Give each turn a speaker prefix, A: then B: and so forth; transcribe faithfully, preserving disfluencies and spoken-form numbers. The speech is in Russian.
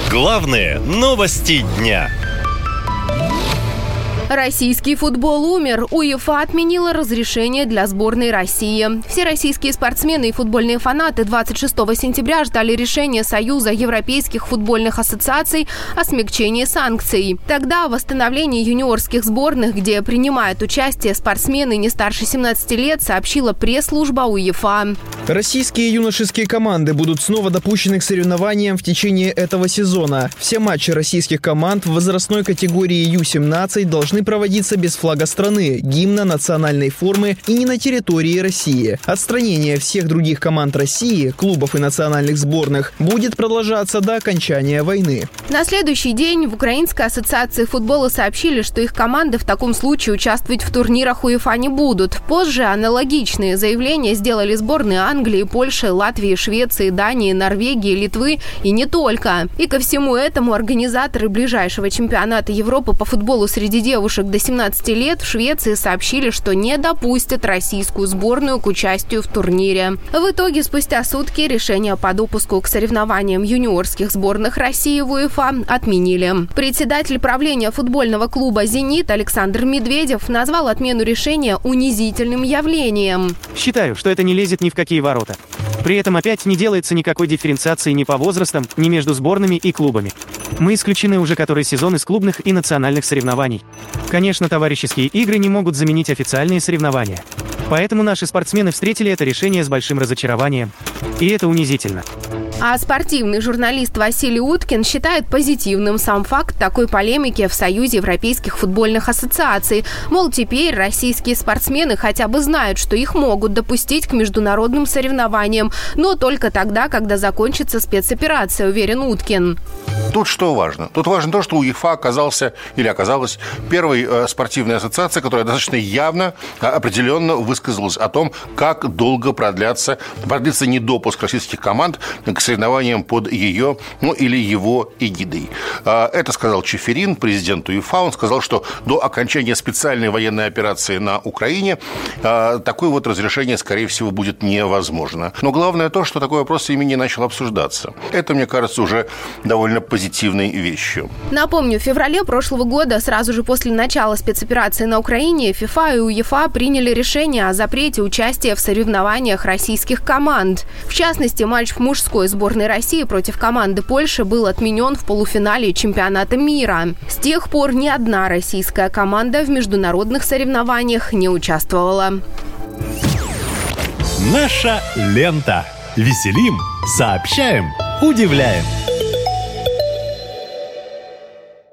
A: Главные новости дня.
B: Российский футбол умер. УЕФА отменила разрешение для сборной России. Все российские спортсмены и футбольные фанаты двадцать шестого сентября ждали решения Союза европейских футбольных ассоциаций о смягчении санкций. Тогда о восстановлении юниорских сборных, где принимают участие спортсмены не старше семнадцати лет, сообщила пресс-служба УЕФА.
C: Российские юношеские команды будут снова допущены к соревнованиям в течение этого сезона. Все матчи российских команд в возрастной категории ю семнадцать должны проводиться без флага страны, гимна, национальной формы и не на территории России. Отстранение всех других команд России, клубов и национальных сборных будет продолжаться до окончания войны.
B: На следующий день в Украинской ассоциации футбола сообщили, что их команды в таком случае участвовать в турнирах УЕФА не будут. Позже аналогичные заявления сделали сборные Англии, Польши, Латвии, Швеции, Дании, Норвегии, Литвы и не только. И ко всему этому организаторы ближайшего чемпионата Европы по футболу среди девушек до семнадцати лет в Швеции сообщили, что не допустят российскую сборную к участию в турнире. В итоге, спустя сутки, решение по допуску к соревнованиям юниорских сборных России в УЕФА отменили. Председатель правления футбольного клуба «Зенит» Александр Медведев назвал отмену решения унизительным явлением.
D: Считаю, что это не лезет ни в какие ворота. При этом опять не делается никакой дифференциации ни по возрастам, ни между сборными и клубами. Мы исключены уже который сезон из клубных и национальных соревнований. Конечно, товарищеские игры не могут заменить официальные соревнования. Поэтому наши спортсмены встретили это решение с большим разочарованием. И это унизительно.
B: А спортивный журналист Василий Уткин считает позитивным сам факт такой полемики в Союзе европейских футбольных ассоциаций. Мол, теперь российские спортсмены хотя бы знают, что их могут допустить к международным соревнованиям, но только тогда, когда закончится спецоперация, уверен Уткин.
E: Тут что важно? Тут важно то, что УЕФА оказался или оказалась первой э, спортивной ассоциацией, которая достаточно явно, э, определенно высказалась о том, как долго продлятся, продлится недопуск российских команд к соревнованиям под ее, ну или его эгидой. Э, это сказал Чеферин, президент УЕФА. Он сказал, что до окончания специальной военной операции на Украине э, такое вот разрешение, скорее всего, будет невозможно. Но главное то, что такой вопрос ими не начал обсуждаться. Это, мне кажется, уже довольно позитивной вещью.
B: Напомню, в феврале прошлого года, сразу же после начала спецоперации на Украине, ФИФА и УЕФА приняли решение о запрете участия в соревнованиях российских команд. В частности, матч мужской сборной России против команды Польши был отменен в полуфинале чемпионата мира. С тех пор ни одна российская команда в международных соревнованиях не участвовала.
A: Наша лента. Веселим, сообщаем, удивляем.